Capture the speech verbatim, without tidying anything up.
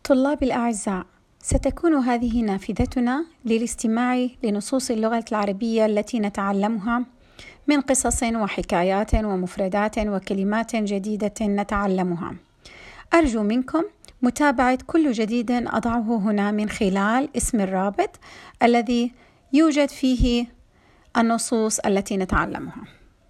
طلابي الأعزاء، ستكون هذه نافذتنا للاستماع لنصوص اللغة العربية التي نتعلمها من قصص وحكايات ومفردات وكلمات جديدة نتعلمها. أرجو منكم متابعة كل جديد أضعه هنا من خلال اسم الرابط الذي يوجد فيه النصوص التي نتعلمها.